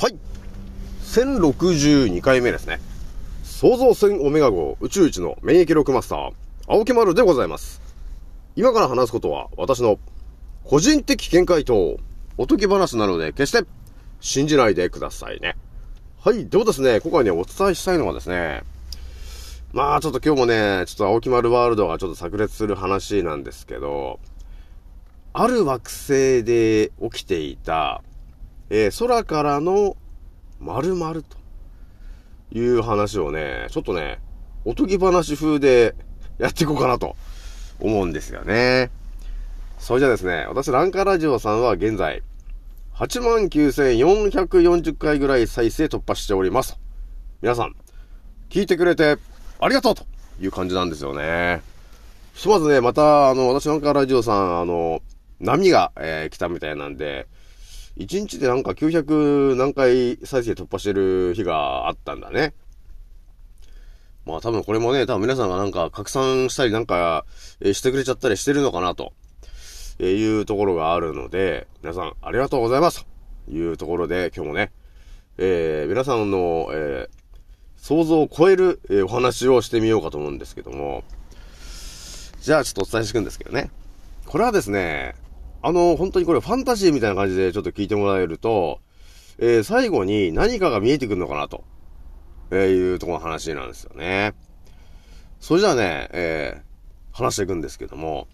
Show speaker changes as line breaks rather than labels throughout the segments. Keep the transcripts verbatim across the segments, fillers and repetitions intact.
はい。せんろくじゅうにかいめですね。創造船オメガ号宇宙一の免疫力マスター、青木丸でございます。今から話すことは私の個人的見解とおとぎ話なので決して信じないでくださいね。はい。ではですね、今回ね、お伝えしたいのはですね、まあちょっと今日もね、ちょっと青木丸ワールドがちょっと炸裂する話なんですけど、ある惑星で起きていた、えー、空からの〇〇という話をね、ちょっとね、おとぎ話風でやっていこうかなと思うんですよね。それじゃあですね、私ランカラジオさんは現在、はちまんきゅうせんよんひゃくよんじゅっかいぐらい再生突破しております。皆さん、聞いてくれてありがとうという感じなんですよね。ひとまずね、また、あの、私ランカラジオさん、あの、波が、えー、来たみたいなんで、いちにちでなんかきゅうひゃく何回再生突破してる日があったんだね。まあ多分これもね、多分皆さんがなんか拡散したりなんか、えー、してくれちゃったりしてるのかなと、えー、いうところがあるので、皆さんありがとうございますというところで今日もね、えー、皆さんの、えー、想像を超える、えー、お話をしてみようかと思うんですけども、じゃあちょっとお伝えしていくんですけどね。これはですね、あの、本当にこれファンタジーみたいな感じでちょっと聞いてもらえると、えー、最後に何かが見えてくるのかなと、えー、いうところの話なんですよね。それじゃあね、えー、話していくんですけども、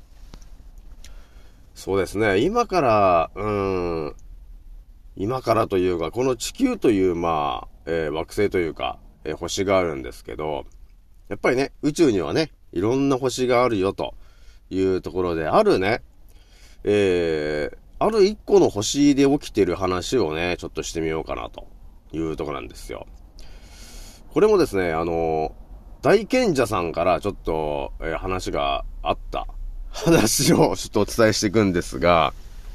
そうですね、今から、うーん、今からというか、この地球という、まあ、えー、惑星というか、えー、星があるんですけど、やっぱりね、宇宙にはね、いろんな星があるよというところで、あるね、えー、ある一個の星で起きてる話をね、ちょっとしてみようかなというところなんですよ。これもですね、あの、大賢者さんからちょっと、えー、話があった話をちょっとお伝えしていくんですが、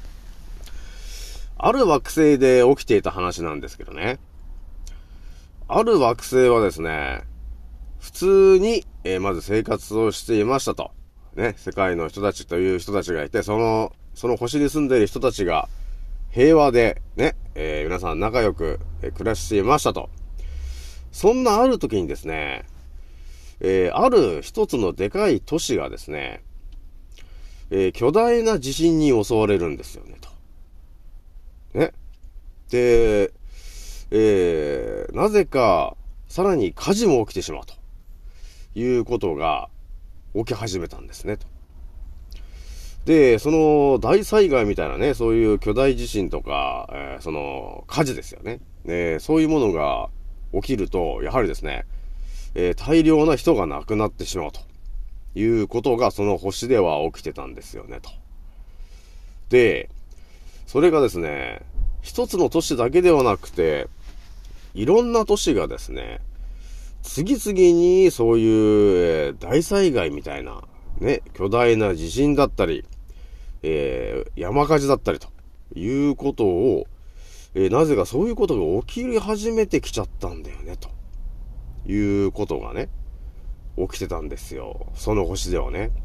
ある惑星で起きていた話なんですけどね。ある惑星はですね、普通に、えー、まず生活をしていましたと。ね、世界の人たちという人たちがいて、その、その星に住んでいる人たちが平和でね、えー、皆さん仲良く、えー、暮らしていましたと。そんなある時にですね、えー、ある一つのでかい都市がですね、えー、巨大な地震に襲われるんですよね、と。ね。で、えー、なぜか、さらに火事も起きてしまうということが起き始めたんですね、と。で、その大災害みたいなね、そういう巨大地震とか、えー、その火事ですよね。ね、そういうものが起きると、やはりですね、えー、大量な人が亡くなってしまうということがその星では起きてたんですよね、と。で、それがですね、一つの都市だけではなくて、いろんな都市がですね、次々にそういう、えー、大災害みたいな、ね、巨大な地震だったり、えー、山火事だったりということを、えー、なぜかそういうことが起き始めてきちゃったんだよね、ということがね、起きてたんですよ。その星ではね。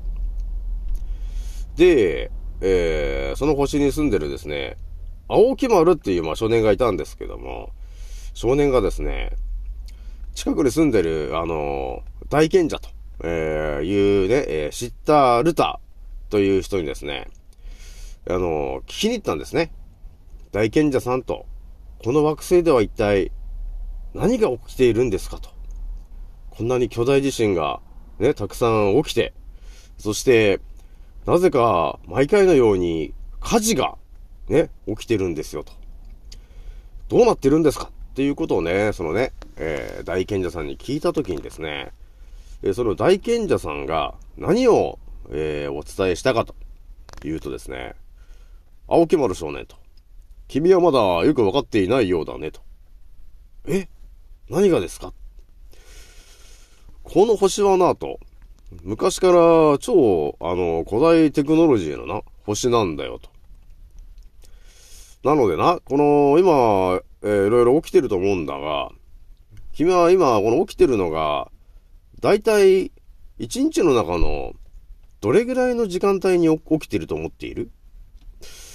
で、えー、その星に住んでるですね、青木丸っていう、まあ、少年がいたんですけども、少年がですね、近くに住んでる、あのー、大賢者と、えー、いうね、えー、シッタールタという人にですね、あのー、聞きに行ったんですね。大賢者さんと、この惑星では一体何が起きているんですかと。こんなに巨大地震がね、たくさん起きて、そして、なぜか毎回のように火事がね、起きてるんですよと。どうなってるんですかっていうことをね、そのね、えー、大賢者さんに聞いたときにですね、えー、その大賢者さんが何を、えー、お伝えしたかというとですね、青木丸少年と、君はまだよくわかっていないようだねと。え？何がですか？この星はなと、昔から超、あの、古代テクノロジーのな、星なんだよと。なのでな、この、今、えー、いろいろ起きてると思うんだが、君は今、この起きてるのが、だいたい一日の中のどれぐらいの時間帯に起きてると思っている？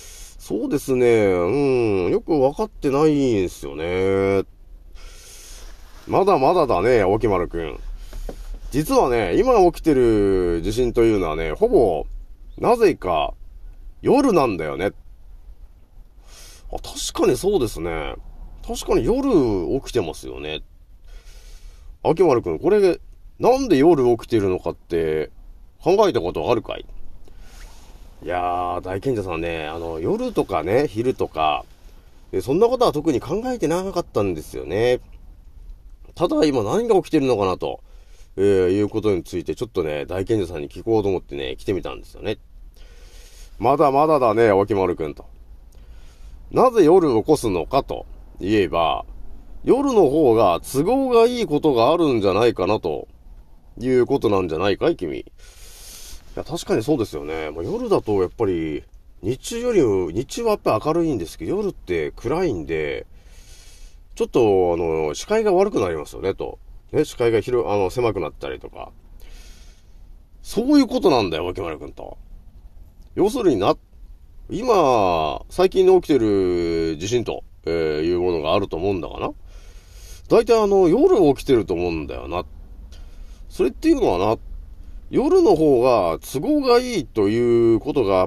そうですね。うん。よくわかってないんですよね。まだまだだね、青木丸くん。実はね、今起きてる地震というのはね、ほぼ、なぜか、夜なんだよね。あ、確かにそうですね。確かに夜起きてますよね。青木丸くん、これ、なんで夜起きてるのかって、考えたことあるかい？いやー、大賢者さんね、あの、夜とかね、昼とか、そんなことは特に考えてなかったんですよね。ただ今何が起きてるのかなと、えー、いうことについてちょっとね、大賢者さんに聞こうと思ってね、来てみたんですよね。まだまだだね、青木丸くんと。なぜ夜起こすのかと言えば、夜の方が都合がいいことがあるんじゃないかなということなんじゃないかい、君。いや、確かにそうですよね。まあ、夜だとやっぱり、日中よりも、日中はやっぱり明るいんですけど、夜って暗いんで、ちょっと、あの、視界が悪くなりますよね、と。ね、視界が広、あの、狭くなったりとか。そういうことなんだよ、脇丸くんと。要するにな、今、最近起きてる地震と、えー、いうものがあると思うんだがな。大体あの、夜起きてると思うんだよな。それっていうのはな、夜の方が都合がいいということがあって、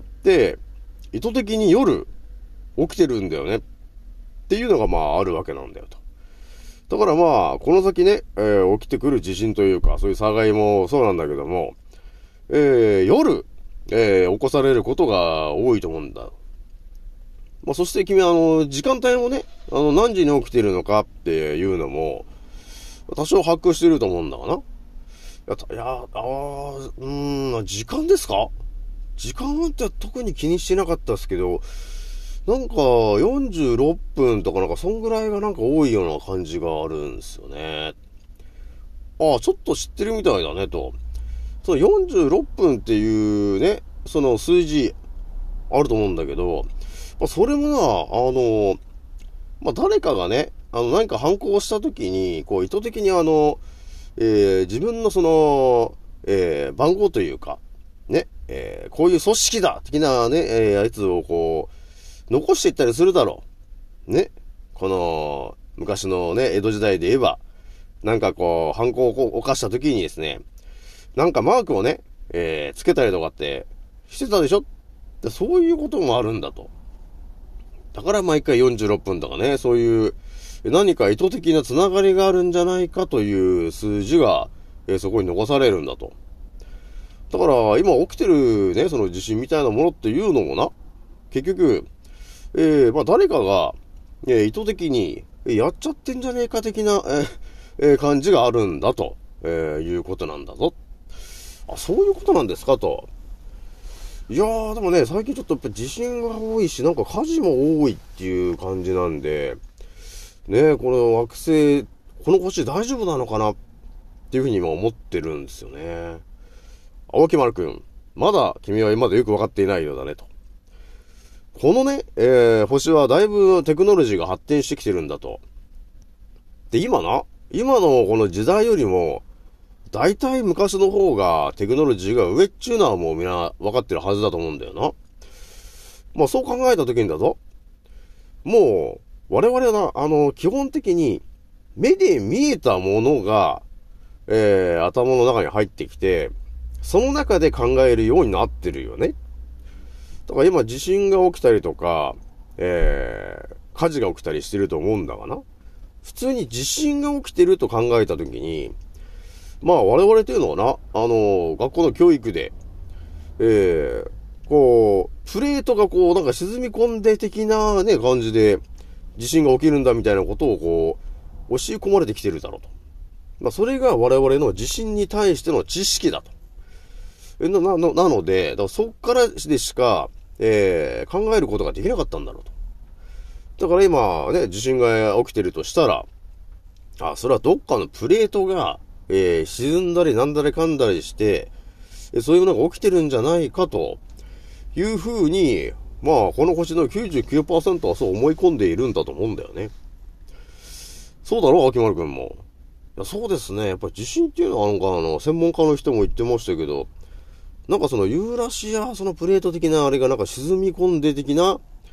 意図的に夜起きてるんだよね。っていうのがまああるわけなんだよと。だからまあ、この先ね、えー、起きてくる地震というか、そういう災害もそうなんだけども、えー、夜、えー、起こされることが多いと思うんだ。まあ、そして君はあの、時間帯もね、あの、何時に起きてるのかっていうのも、多少把握してると思うんだかな。いや、いやあー、うーん、時間ですか？時間って特に気にしてなかったですけど、なんか、よんじゅうろっぷんとかなんか、そんぐらいがなんか多いような感じがあるんですよね。ああ、ちょっと知ってるみたいだね、と。そのよんじゅうろっぷんっていうね、その数字、あると思うんだけど、まあ、それもな、あの、まあ、誰かがね、あの、何か反抗をしたときに、こう、意図的にあの、えー、自分のその、えー、番号というか、ね、えー、こういう組織だ的なね、えー、やつをこう、残していったりするだろう。ね。この、昔のね、江戸時代で言えば、なんかこう、犯行を犯した時にですね、なんかマークをね、えー、つけたりとかってしてたでしょ？でそういうこともあるんだと。だから毎回よんじゅうろっぷんとかね、そういう何か意図的なつながりがあるんじゃないかという数字が、えー、そこに残されるんだと。だから今起きてるね、その地震みたいなものっていうのもな、結局、えー、まあ誰かが、えー、意図的にやっちゃってんじゃねえか的な、えーえー、感じがあるんだと、えー、いうことなんだぞ。あ、そういうことなんですかと。いやー、でもね、最近ちょっとやっぱ地震が多いし、なんか火事も多いっていう感じなんで、ね、この惑星、この星大丈夫なのかなっていうふうに今思ってるんですよね。青木丸くん、まだ君はまだよくわかっていないようだねと。このね、えー、星はだいぶテクノロジーが発展してきてるんだと。で、今な、今のこの時代よりも、大体昔の方がテクノロジーが上っちゅうのはもうみんな分かってるはずだと思うんだよな。まあそう考えた時にだぞ。もう、我々はな、あの、基本的に目で見えたものが、えー、頭の中に入ってきて、その中で考えるようになってるよね。だから今地震が起きたりとか、えー、火事が起きたりしてると思うんだがな。普通に地震が起きてると考えた時に、まあ我々というのはな、あの、学校の教育で、えー、こう、プレートがこう、なんか沈み込んで的なね、感じで、地震が起きるんだみたいなことをこう、教え込まれてきてるだろうと。まあそれが我々の地震に対しての知識だと。えな、な、なので、だからそっからでしか、えー、考えることができなかったんだろうと。だから今ね、地震が起きてるとしたら、あ、それはどっかのプレートが、えー、沈んだりなんだりかんだりして、そういうのが起きてるんじゃないかというふうに、まあ、この星の きゅうじゅうきゅうパーセント はそう思い込んでいるんだと思うんだよね。そうだろう、秋丸くんも。いや、そうですね。やっぱり地震っていうのはなんかあの、専門家の人も言ってましたけど、なんかそのユーラシア、そのプレート的なあれがなんか沈み込んで的な、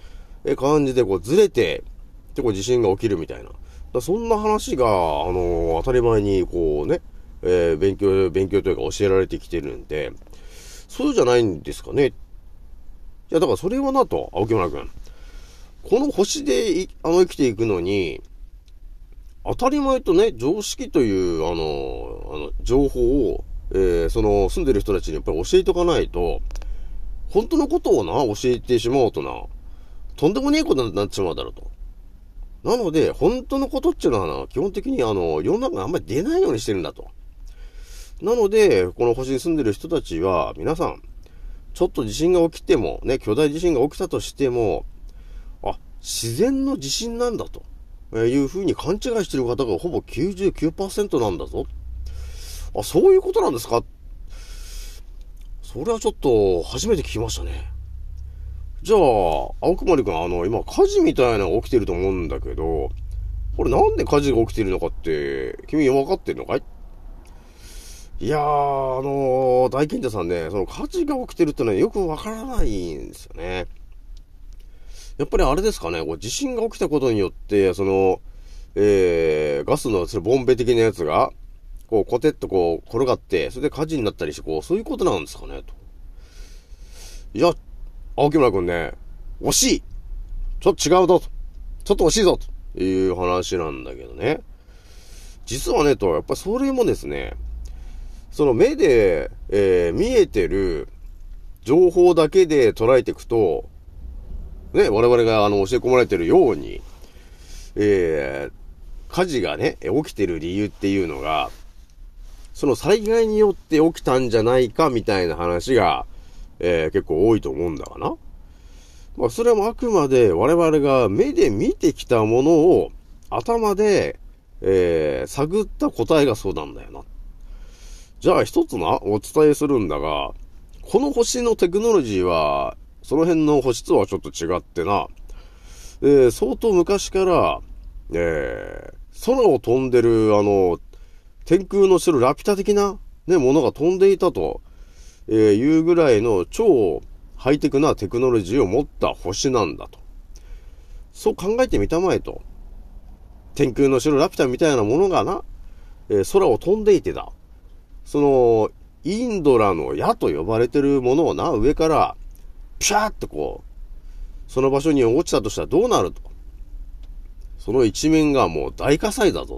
感じでこうずれて、でこう地震が起きるみたいな。だそんな話が、あのー、当たり前にこうね、えー、勉強、勉強というか教えられてきてるんで、そうじゃないんですかね。いや、だからそれはなと、青木村くん。この星であの生きていくのに、当たり前とね、常識という、あの、あの、情報を、えー、その、住んでる人たちにやっぱり教えておかないと、本当のことをな、教えてしまうとな、とんでもねえことになってしまうだろうと。なので、本当のことっていうのはな、基本的にあの、世の中にあんまり出ないようにしてるんだと。なので、この星に住んでる人たちは、皆さん、ちょっと地震が起きても、ね、巨大地震が起きたとしても、あ、自然の地震なんだと。いう風に勘違いしている方がほぼ きゅうじゅうきゅうパーセント なんだぞ。あ、そういうことなんですか？それはちょっと初めて聞きましたね。じゃあ、青くまりくん、あの、今火事みたいなのが起きてると思うんだけど、これなんで火事が起きてるのかって、君分かってるのかい？いやー、あのー、大賢者さんね、その火事が起きてるってのはよく分からないんですよね。やっぱりあれですかね、こう地震が起きたことによって、その、えー、ガスのそれボンベ的なやつが、こう、コテッとこう、転がって、それで火事になったりして、こう、そういうことなんですかね、と。いや、青木村くんね、惜しいちょっと違うぞと。ちょっと惜しいぞという話なんだけどね。実はね、と、やっぱりそれもですね、その目で、えー、見えてる情報だけで捉えていくと、ね、我々があの教え込まれてるように、えー、火事がね、起きてる理由っていうのが、その災害によって起きたんじゃないかみたいな話が、えー、結構多いと思うんだがな。まあ、それもあくまで我々が目で見てきたものを頭で、えー、探った答えがそうなんだよな。じゃあ一つな、お伝えするんだが、この星のテクノロジーは、その辺の星とはちょっと違ってな、えー、相当昔から、えー、空を飛んでる、あの、天空の城ラピュタ的な、ね、ものが飛んでいたと、えー、いうぐらいの超ハイテクなテクノロジーを持った星なんだと。そう考えてみたまえと。天空の城ラピュタみたいなものがな、えー、空を飛んでいてだ。その、インドラの矢と呼ばれてるものをな、上から、ピシャーってこう、その場所に落ちたとしたらどうなると。その一面がもう大火災だぞ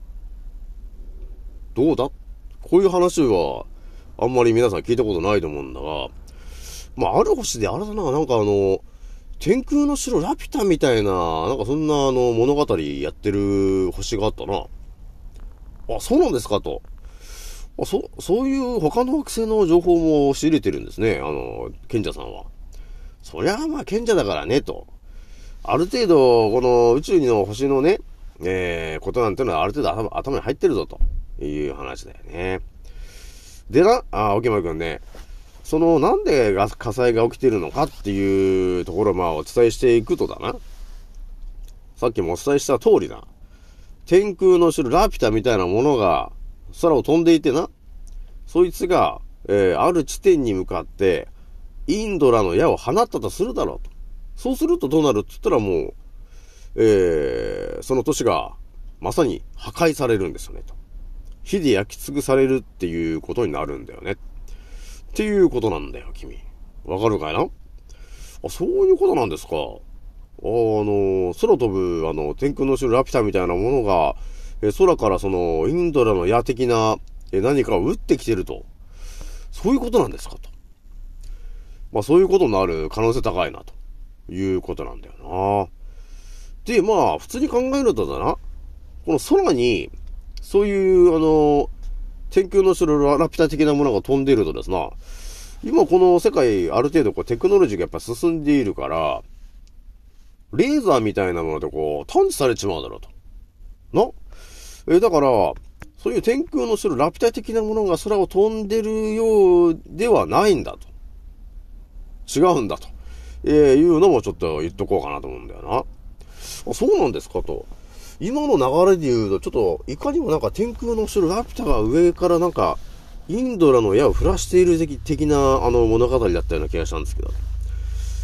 と。どうだ？こういう話は、あんまり皆さん聞いたことないと思うんだが、まあ、ある星であれだな、なんかあの、天空の城ラピュタみたいな、なんかそんなあの物語やってる星があったな。あ、そうなんですかと。あ、そ、そういう他の惑星の情報も仕入れてるんですね、あの、賢者さんは。そりゃあまあ賢者だからね、と。ある程度、この宇宙の星のね、えー、ことなんてのはある程度頭、頭に入ってるぞ、という話だよね。でな、あ、沖村くんね、その、なんで火災が起きてるのかっていうところをまあお伝えしていくとだな。さっきもお伝えした通りな。天空の城ラピュタみたいなものが空を飛んでいてな。そいつが、えー、ある地点に向かって、インドラの矢を放ったとするだろうと。そうするとどうなるって言ったらもう、えー、その都市がまさに破壊されるんですよねと。火で焼き尽くされるっていうことになるんだよね。っていうことなんだよ、君。わかるかいな？あ、そういうことなんですか。あ、あの、空飛ぶ、あの、天空の城ラピュタみたいなものが、え空からその、インドラの矢的な、え何かを撃ってきてると。そういうことなんですかと。まあ、そういうことになる可能性高いな、ということなんだよな。で、まあ、普通に考えるとだな、この空に、そういう、あの、天空の城ラピュタ的なものが飛んでいるとですな、今この世界ある程度こうテクノロジーがやっぱ進んでいるから、レーザーみたいなものでこう探知されちまうだろうと。なえだから、そういう天空の城ラピュタ的なものが空を飛んでるようではないんだと。違うんだと。えー、いうのもちょっと言っとこうかなと思うんだよな。あ、そうなんですかと。今の流れで言うと、ちょっと、いかにもなんか天空の城ラピュタが上からなんか、インドラの矢を降らしている的な、あの、物語だったような気がしたんですけど。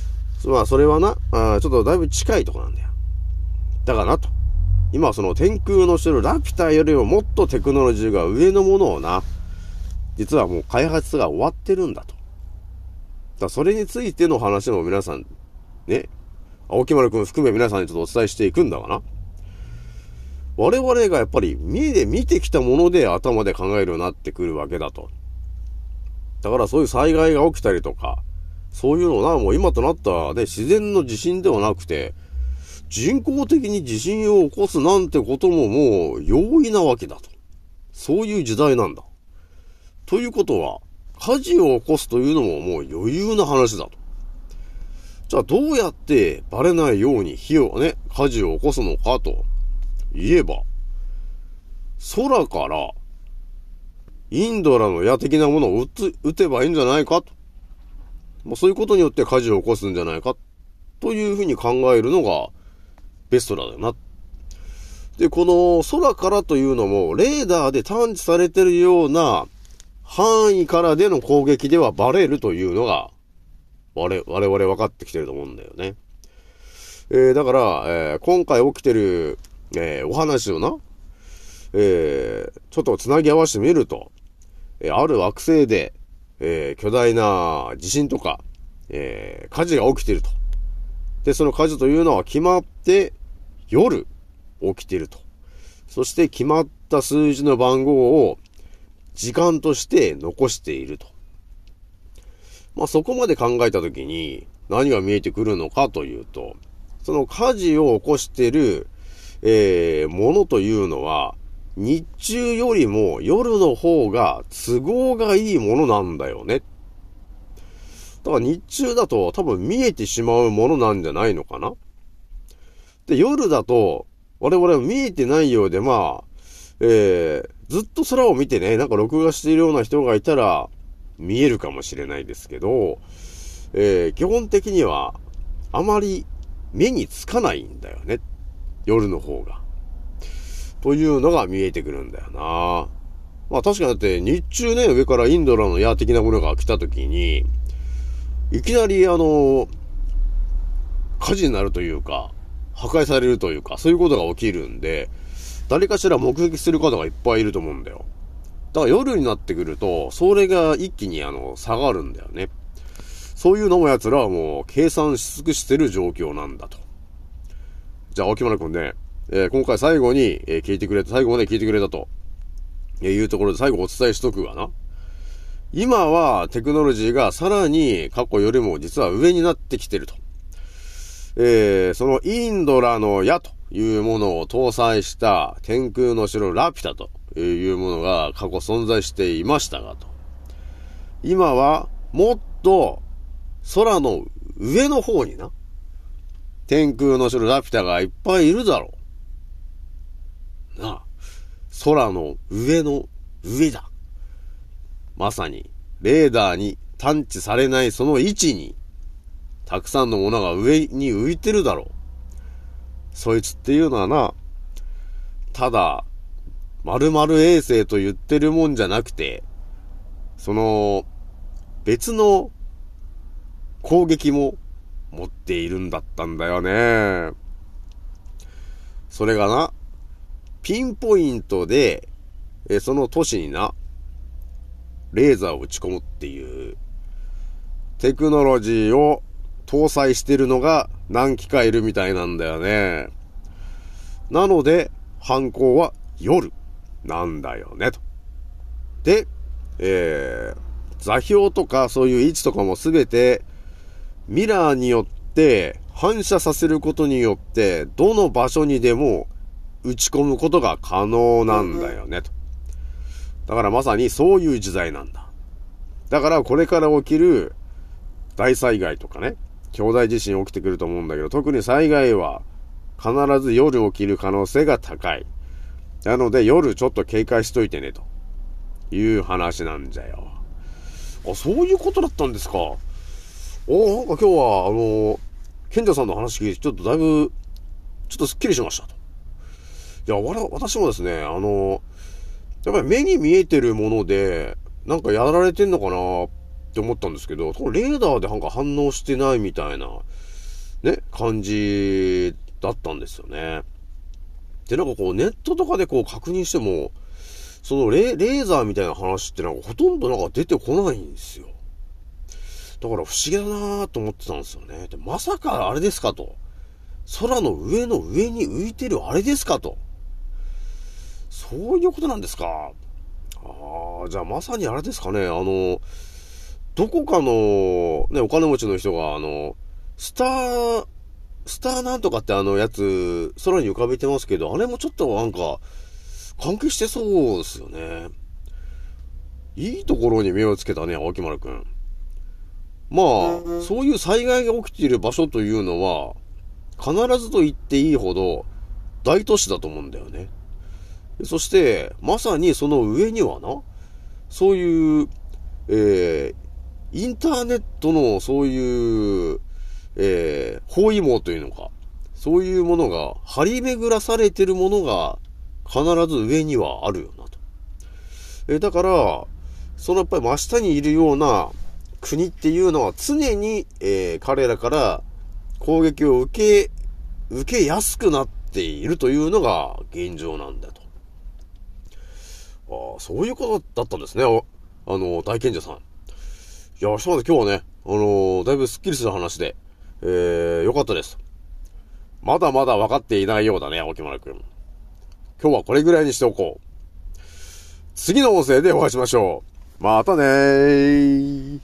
まあ、それはな、あちょっとだいぶ近いとこなんだよ。だからなと。今はその天空の城ラピュタよりももっとテクノロジーが上のものをな、実はもう開発が終わってるんだと。だからそれについての話も皆さん、ね、青木丸くん含め皆さんにちょっとお伝えしていくんだがな。我々がやっぱり目で見てきたもので頭で考えるようになってくるわけだと。だからそういう災害が起きたりとか、そういうのな、もう今となったね、自然の地震ではなくて、人工的に地震を起こすなんてことももう容易なわけだと。そういう時代なんだ。ということは、火事を起こすというのももう余裕な話だと。じゃあどうやってバレないように火をね、火事を起こすのかと言えば、空からインドラの矢的なものを撃つ、撃てばいいんじゃないかと。もうそういうことによって火事を起こすんじゃないかというふうに考えるのがベストだよな。で、この空からというのもレーダーで探知されてるような範囲からでの攻撃ではバレるというのが我々、我々分かってきてると思うんだよね。えー、だから、えー、今回起きてる、えー、お話をな、えー、ちょっとつなぎ合わせてみると、えー、ある惑星で、えー、巨大な地震とか、えー、火事が起きてると。で、その火事というのは決まって夜起きてると。そして決まった数字の番号を時間として残していると。まあ、そこまで考えたときに何が見えてくるのかというと、その火事を起こしている、えー、ものというのは、日中よりも夜の方が都合がいいものなんだよね。だから日中だと多分見えてしまうものなんじゃないのかな。で、夜だと我々は見えてないようで、まあ、えー、ずっと空を見てね、なんか録画しているような人がいたら見えるかもしれないですけど、えー、基本的にはあまり目につかないんだよね。夜の方が。というのが見えてくるんだよな。まあ確かにだって日中ね、上からインドラの矢的なものが来た時に、いきなりあの、火事になるというか、破壊されるというか、そういうことが起きるんで、誰かしら目撃する方がいっぱいいると思うんだよ。だから夜になってくると、それが一気にあの、下がるんだよね。そういうのも奴らはもう計算し尽くしてる状況なんだと。じゃあ、青木丸くんね、えー、今回最後に、えー、聞いてくれた、最後まで聞いてくれたと、えー、いうところで最後お伝えしとくわな。今はテクノロジーがさらに過去よりも実は上になってきてると。えー、そのインドラの矢というものを搭載した天空の城ラピュタというものが過去存在していましたがと。今はもっと空の上の方にな、天空の城ラピュタがいっぱいいるだろう。なあ、空の上の上だ。まさに、レーダーに探知されないその位置に、たくさんのものが上に浮いてるだろう。そいつっていうのはな、ただ、〇〇衛星と言ってるもんじゃなくて、その、別の攻撃も持っているんだったんだよね。それがな、ピンポイントで、えその都市にな、レーザーを打ち込むっていうテクノロジーを搭載してるのが何機かいるみたいなんだよね。なので犯行は夜なんだよねと。で、えー、座標とかそういう位置とかもすべてミラーによって反射させることによってどの場所にでも打ち込むことが可能なんだよねと。だからまさにそういう時代なんだ。だからこれから起きる大災害とかね、巨大地震起きてくると思うんだけど、特に災害は必ず夜起きる可能性が高い。なので夜ちょっと警戒しといてねという話なんじゃよ。あ、そういうことだったんですか。お、なんか今日はあの賢者さんの話聞いてちょっとだいぶちょっとスッキリしましたと。いや、わら私もですね、あのやっぱり目に見えてるものでなんかやられてんのかなって思ったんですけど、このレーダーでなんか反応してないみたいなね、感じだったんですよね。で、なんかこう、ネットとかでこう確認しても、そのレ、レーザーみたいな話ってなんかほとんどなんか出てこないんですよ。だから不思議だなぁと思ってたんですよね。で、まさかあれですかと。空の上の上に浮いてるあれですかと。そういうことなんですか。ああ、じゃあまさにあれですかね。あの、どこかの、ね、お金持ちの人が、あの、スター、スターなんとかってあのやつ、空に浮かべてますけど、あれもちょっとなんか、関係してそうですよね。いいところに目をつけたね、青木丸くん。まあ、そういう災害が起きている場所というのは、必ずと言っていいほど、大都市だと思うんだよね。そして、まさにその上にはな、そういう、えー、インターネットのそういう、えー、包囲網というのか、そういうものが張り巡らされているものが必ず上にはあるよなと。えー、だから、そのやっぱり真下にいるような国っていうのは常に、えー、彼らから攻撃を受け、受けやすくなっているというのが現状なんだと。ああ、そういうことだったんですね。あの、大賢者さん。いや、明日まで今日はね、あのー、だいぶスッキリする話で、えー、よかったです。まだまだ分かっていないようだね、青木丸くん。今日はこれぐらいにしておこう。次の音声でお会いしましょう。またねー。